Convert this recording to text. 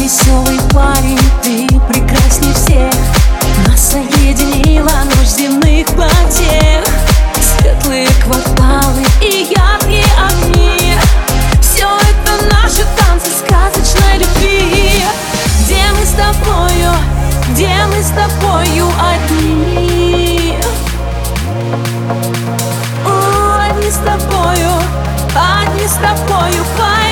веселый парень, ты прекрасней всех. Нас соединила ночь земных потех. Светлые кварталы и яркие огни, все это наши танцы сказочной любви. Где мы с тобою, где мы с тобою одни? Одни с тобою, одни с тобою.